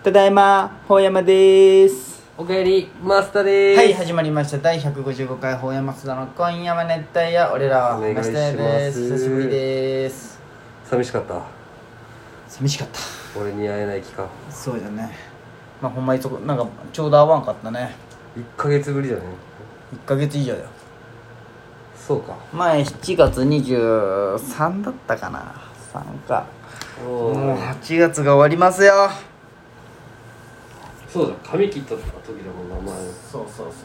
ただいま、ほうやまです。 おかえり、マスターでーす。 はい、始まりました。第155回ほうやまつだの今夜は熱帯夜、俺らはマスターです。久しぶりです。 寂しかった。 寂しかった。 俺に会えない期間。 そうだね。まあほんまになんかちょうど会わんかったね。 1ヶ月ぶりだね。 1ヶ月以上だよ。 そうか。 前7月23だったかな。3か。もう8月が終わりますよ。 そうだ、髪切った時だもんな、前。 そう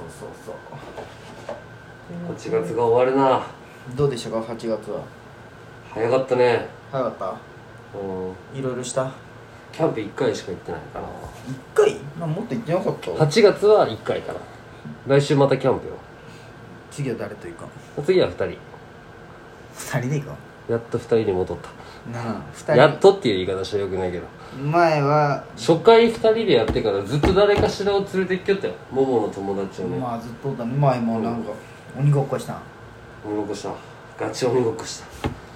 8月が終わるな。 どうでしたか、8月は。 早かったね。 早かった。いろいろした。 キャンプ1回しか行ってないかな。 1回？もっと行ってなかった。 8月は1回かな。来週またキャンプよ。 次は誰と行くの？ 次は2人。 2人で行くの？ やっと2人に戻った。 2人やっとっていう言い方したらよくないけど、 前は初回2人でやってからずっと誰かしらを連れてきよったよ。ももの友達をね。 まあずっとだね。前もなんか鬼ごっこしたん。 鬼ごっこした。ガチ鬼ごっこした。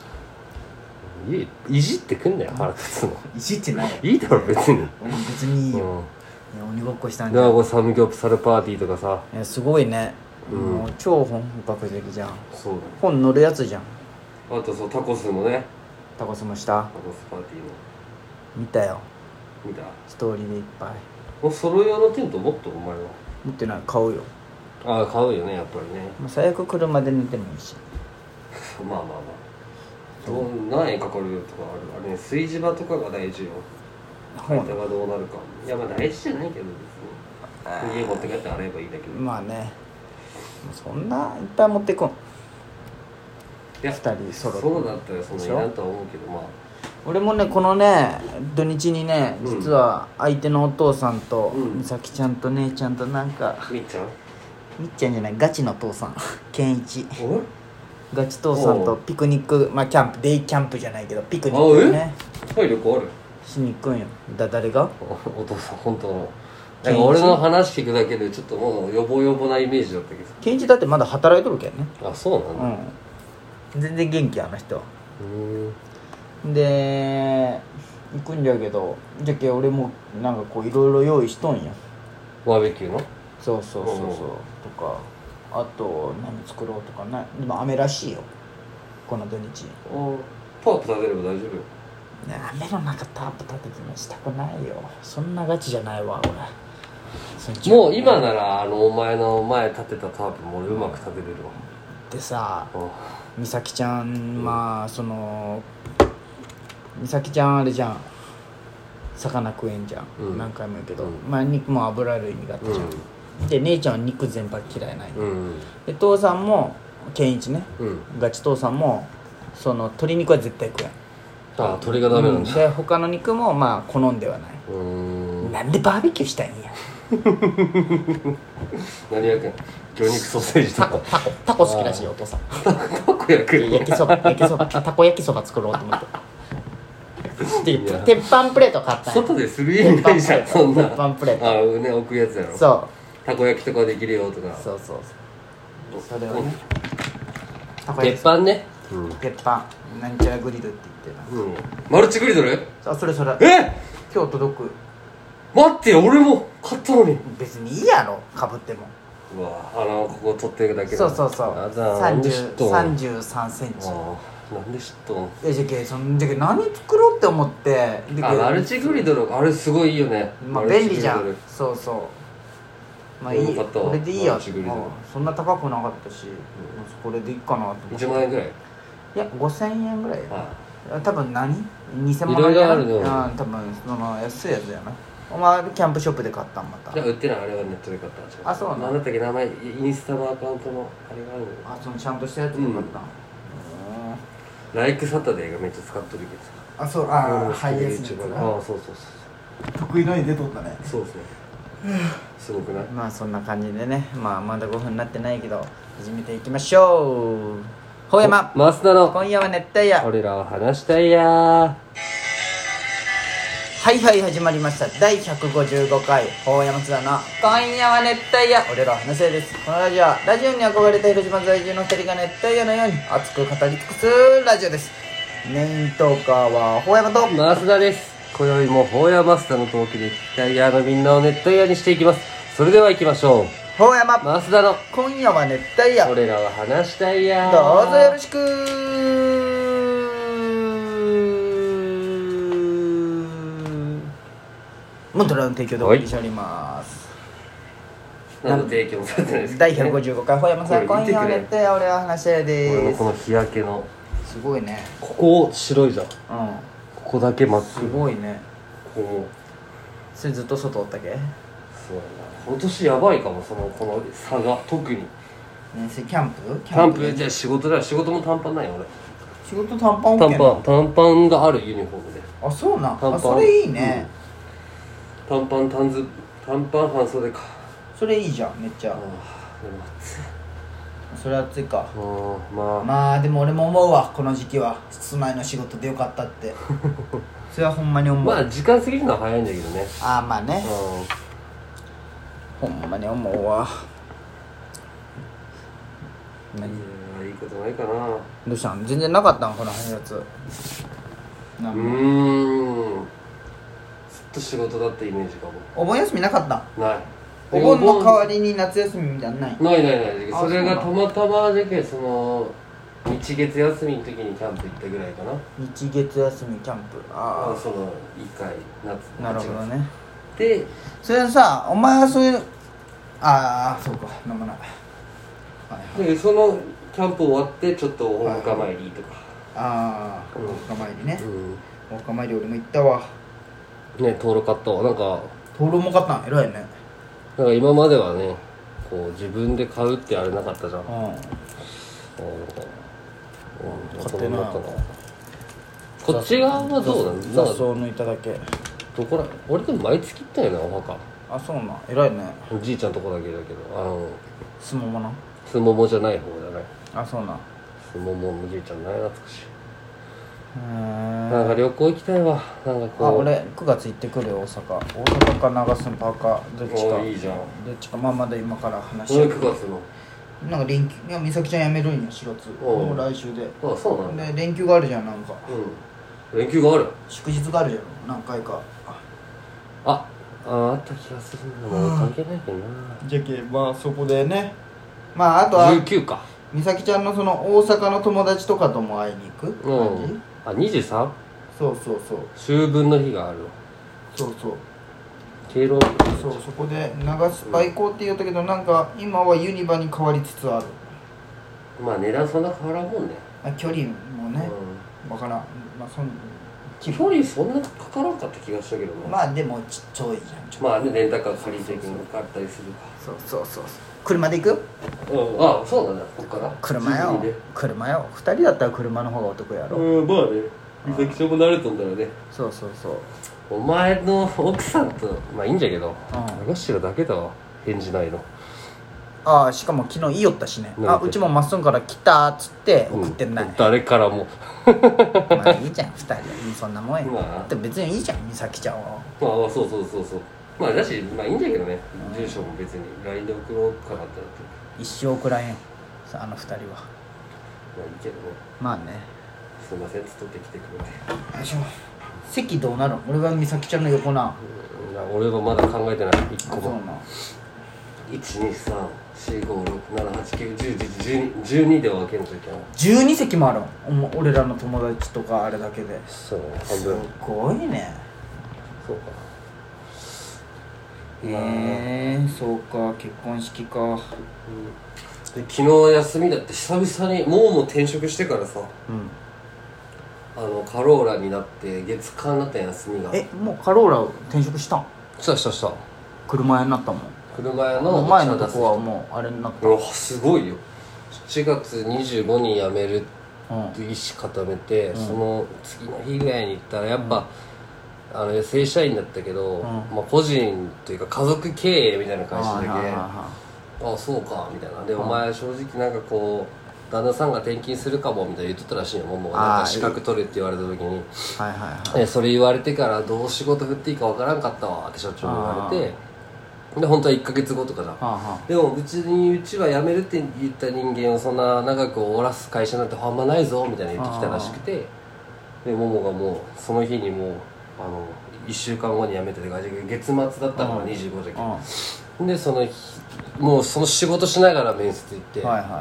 いじってくんなよ、腹立つの。 いじってない。 いいだろ別に。 別にいいよ。いや鬼ごっこしたんじゃん。 だからサムギョプサルパーティーとかさ。 いやすごいね。もう超本格的じゃん。 そうだね。 本乗るやつじゃん。 あとそうタコスもね。 タコスもした。 タコスパーティーの見たよ。 見た。 ストーリーでいっぱい。 もうソロ用のテント持っとお前は。 持ってない。買うよ。 ああ買うよねやっぱりね。 もう最悪車で寝てもいいし。 まあ何円かかるとかあれね、炊事場とかが大事よ。相手がどうなるか。いやまあ大事じゃないけど別に家持って帰って洗えばいいだけど。 まあね、そんないっぱい持ってこん。 いや 2人揃ってそうだったらそんないらんとは思うけど、まあ俺もねこのね土日にね、実は相手のお父さんと、美咲ちゃんと姉ちゃんとなんかみっちゃんじゃないガチの父さん健一おいガチ父さんとピクニック、まあキャンプデイキャンプじゃないけどピクニックね体力あるしに行くんよ。誰がお父さん本当のなんか俺の話聞くだけでちょっともうヨボヨボなイメージだったけど。 健一だってまだ働いとるけんね。 あそうなんだ。 全然元気あの人は。で行くんじゃけどじゃけ俺もなんかこういろいろ用意しとんよ。 バーベキューのそうとかあと何作ろうとかな。でも雨らしいよこの土日。 タープ立てれば大丈夫よ。 雨の中タープ立ててもしたくないよ。そんなガチじゃないわ俺。 もう今ならお前の前立てたタープも俺うまく立てれるわ。 でさ美咲ちゃんまあその美咲ちゃんあれじゃん魚食えんじゃん、何回も言うけど、まあ肉も油類苦手じゃん、で姉ちゃんは肉全般嫌いない、で父さんも健一ね、ガチ父さんもその鶏肉は絶対食えん。 あ鶏がダメなんだ、 で他の肉もまあ好んではない。なんでバーベキューしたいんや何焼くん魚肉ソーセージとかタコ好きらしいよお父さん。 タコ焼く焼きそばたこ焼きそば作ろうと思ってで鉄板プレート買ったんや。 外でする意味ないじゃんそんな。 鉄板プレートね置くやつやろ。 そうたこ焼きとかできるよとか。 そうそれをね鉄板ね、 鉄板なんちゃらグリルって言ってた。 マルチグリドル。 それ今日届く。 待ってよ俺も買ったのに。 別にいいやろかぶっても。 うわここ取ってるだけそう 33 センチ。 なんで知っとん。 じゃけ何作ろうって思ってマルチグリドルあれすごいいいよね。 まあ便利じゃん。そうまあいいこれでいいや。そんな高くなかったしこれでいいかなと思って。 1万円ぐらい。 いや5000円ぐらいや。多分2000万いろいろあるの。 多分その安いやつやな。お前キャンプショップで買ったんまた。 いや売ってない。あれはネットで買った。 あそうなの。 何だったっけ名前。インスタのアカウントのあれがあるの。 そのちゃんとしたやつで買ったん。 ライクサタデーがめっちゃ使ってるけど。 そうハイエースのやつ。 そう得意のに出とったね。 そうですね。すごくない。 まあそんな感じでね、まだ5分になってないけど始めていきましょう。ほうやま増田の今夜は熱帯夜。 俺らは話したいや。 はい始まりました。第155回ほうやま津田の今夜は熱帯夜、俺らは話せです。このラジオはラジオに憧れた広島在住の2人が熱帯夜のように熱く語り尽くすラジオです。メイントーカーはほうやまと増田です。 今宵もホーヤマスターのトークで聞きたいヤーのみんなを熱帯夜にしていきます。それでは行きましょう。 ほうやまマスダの今夜は熱帯夜、 俺らは話したいやー。 どうぞよろしく。モントラの提供でお送りしております。 何の提供もされてないですけど、 第155回ほうやまさん今夜は熱帯夜、俺は話したいです。 俺のこの日焼けのすごいね。 ここ白いじゃん。 うん、 ここだけ真っす黒。 ごいね。 こそれずっと外おったけ？ うそうだな、今年やばいかも、この差が特に。 ね、それキャンプキャンプじゃあ仕事だよ。仕事も短パンないよ俺。 仕事短パン OK な短パンがあるユニフォームで。 あ、そうなん。 短パンあ、それいいね、 短パン半袖か。 それいいじゃん、めっちゃ。 でも暑い。 それ暑いか。 まあまあでも俺も思うわ、この時期は室内の仕事でよかったってそれはほんまに思う。 まあ時間過ぎるのは早いんだけどね。 ああ、まあね、ほんまに思うわ。 いやいいことないかな。 どうしたん？全然なかったんこのやつ。 ずっと仕事だったイメージかも。 お盆休みなかったん？ ない。 お盆の代わりに夏休みみたいなのない？ ない。 あそれがたまたまだけ日月休みの時にキャンプ行ったぐらいかな。 日月休みキャンプ。ああ、 その1回夏。 なるほどね。 でそれさ、お前はそういう、ああ、そうか、飲まない。はいはい。 でそのキャンプ終わってちょっとお墓参りとか。 ああ、お墓参りね。 うん。 お墓参り俺も行ったわ。 ね、灯籠買ったわ。なんか灯籠も買ったん？偉いね。 今まではね、こう自分で買うってあれなかったじゃん。 買ってな。 こっち側はどうなの？ 雑草抜いただけ。 どこら？俺でも毎月行ったよな、お墓。 あ、そうなん。偉いね。 じいちゃんとこだけだけど、 すももな。 すももじゃない方じゃない。 あ、そうなん。 すもものじいちゃんない、懐かしい。 ななんか旅行行きたいわ。なんかこう。 あ、俺9月行ってくるよ、大阪か長洲パーかどっちか。 いいじゃん。 どっちか。まあまだ今から話 9月のなんか連休、いや、美咲ちゃん辞めるんや、4月。もう来週で。 あ、そうなんだ。 で、連休があるじゃん、なんか。 連休がある。 祝日があるじゃん、何回か。 あった気がするんだ。もう関係ないけどな。 じゃけ、まあそこでね。まああとは 19か。 美咲ちゃんのその大阪の友達とかとも会いに行く感じ。 23？ そう。 秋分の日があるの。 そう。 敬老。 そう、そこで長スパ行こうって言ったけど、なんか今はユニバに変わりつつある。 まあ値段そんな変わらんもんね。 距離もね、わからん。まあ距離そんなかからんかった気がしたけどね。 まあでもちっちゃいじゃん。 まあね、レンタカー借りていくのかかったりするか。 そう。車で行く？ あ、そうだね、こっから車よ。2人だったら車の方がお得やろ。 まあね、美咲ちゃんも慣れとんだよね。 そう。 お前の奥さんとまあいいんじゃけど、流してるだけだわ、返事ないの。 ああ、しかも昨日言いよったしね。あ、うちもまっすぐから来たっつって送ってない。 誰からも。 まあいいじゃん、2人そんなもんや。で別にいいじゃん、美咲ちゃんは。 まあそう。まあだし、まあいいんだけどね。住所も別に LINE で送ろうかなってなって。 一生送らへんあの2人は。 まあいいけどね。 まあね。 すいません、取ってきてくれて。 よいしょ。席どうなる？俺は美咲ちゃんの横な。 俺はまだ考えてない。1個も。123456789101112で分けんといけない。 12席もある。俺らの友達とかあれだけで。 そう、半分。 すごいね。 そうか。 そうか、結婚式か。 で昨日休みだって久々にもう転職してからさ、カローラになって月間になった休みが。 もうカローラ転職したん？ した車屋になったもん。 車屋の前のとこはもうあれになった。 すごいよ。7月25に辞めるって意思固めて、その次の日ぐらいに行ったらやっぱ、正社員だったけど、まあ、個人というか家族経営みたいな会社だけ、あそうかみたいな。で、お前正直なんかこう旦那さんが転勤するかもみたいな言っとったらしいよ。もうなんか資格取れって言われた時に、それ言われてからどう仕事振っていいかわからんかったわって社長に言われて、で本当は1ヶ月後とかじゃん。でもうちは辞めるって言った人間をそんな長く終わらす会社なんてあんまないぞみたいな言ってきたらしくて、でももがもうその日にもう 1週間後に辞めてて月末だったから25時でその日もうその仕事しながら面接行って、 はいはいはい、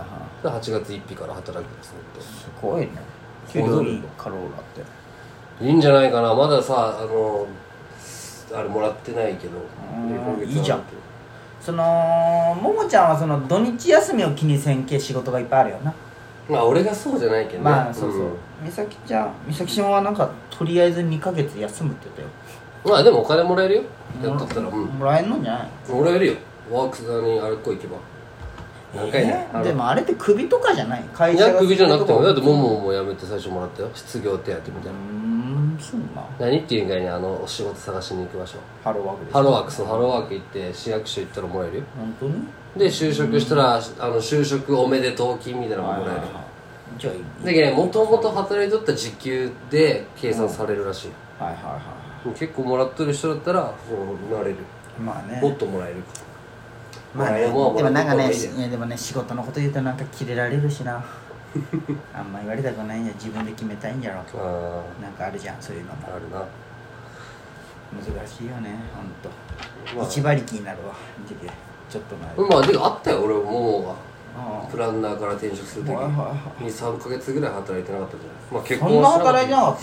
8月1日から働くんですねって。 すごいね。給料いいカローラっていいんじゃないかな。まださあれもらってないけど、 いいじゃん。そのももちゃんはその土日休みを気にせんけ仕事がいっぱいあるよな。 まあ俺がそうじゃないけどね。 まあそうそう、美咲ちゃんはなんかとりあえず2ヶ月休むって言ったよ。 まあでもお金もらえるよ。やっとったらもらえんのじゃない？ もらえるよ。ワークスにあれっこ行けば何回ね。 でもあれって首とかじゃない？会社がいや首じゃなくてもだってもも辞めて最初もらったよ。失業手当みたいな。 そうな。 何っていうかにお仕事探しに行きましょう。 ハローワークです。 ハローワークスのハローワーク行って市役所行ったらもらえるよ。 本当に？ で就職したら就職おめでとう金みたいなのももらえる。 じゃあいい。 だけどもともと働いとった時給で計算されるらしい。 はいはいはい。 結構もらってる人だったらなれる。 まあね。 もっともらえる。 まあね、でもなんかね、でもね、仕事のこと言うとなんかキレられるしな。あんま言われたくないんじゃ、自分で決めたいんじゃろ。なんかあるじゃん、そういうのも。 あるな。 難しいよね、ほんと。一馬力になるわ、見てて。ちょっと前。 まあ、でもあったよ、俺ももが。プランナーから転職するときに3ヶ月ぐらい働いてなかったじゃない。まあ結婚そんな働いてなかった？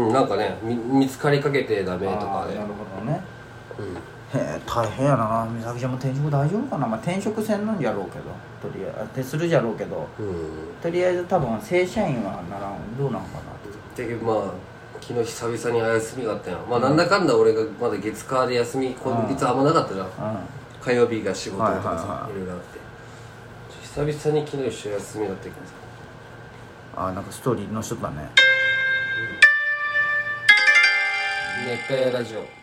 なんかね、見つかりかけてダメとかで。 なるほどね。へえ、大変やな。美咲ちゃんも転職大丈夫かな。まあ転職せんのんじゃろうけど、とりあえずするじゃろうけど、とりあえず多分正社員はならん。どうなんかなって。 でまあ昨日久々に休みがあったやん。まあなんだかんだ俺がまだ月火で休み今月あんまなかったじゃん。火曜日が仕事とかさ、いろいろあって、久々に昨日一緒休みだったけどさ。 なんかストーリー載せとったね。 熱帯夜ラジオ。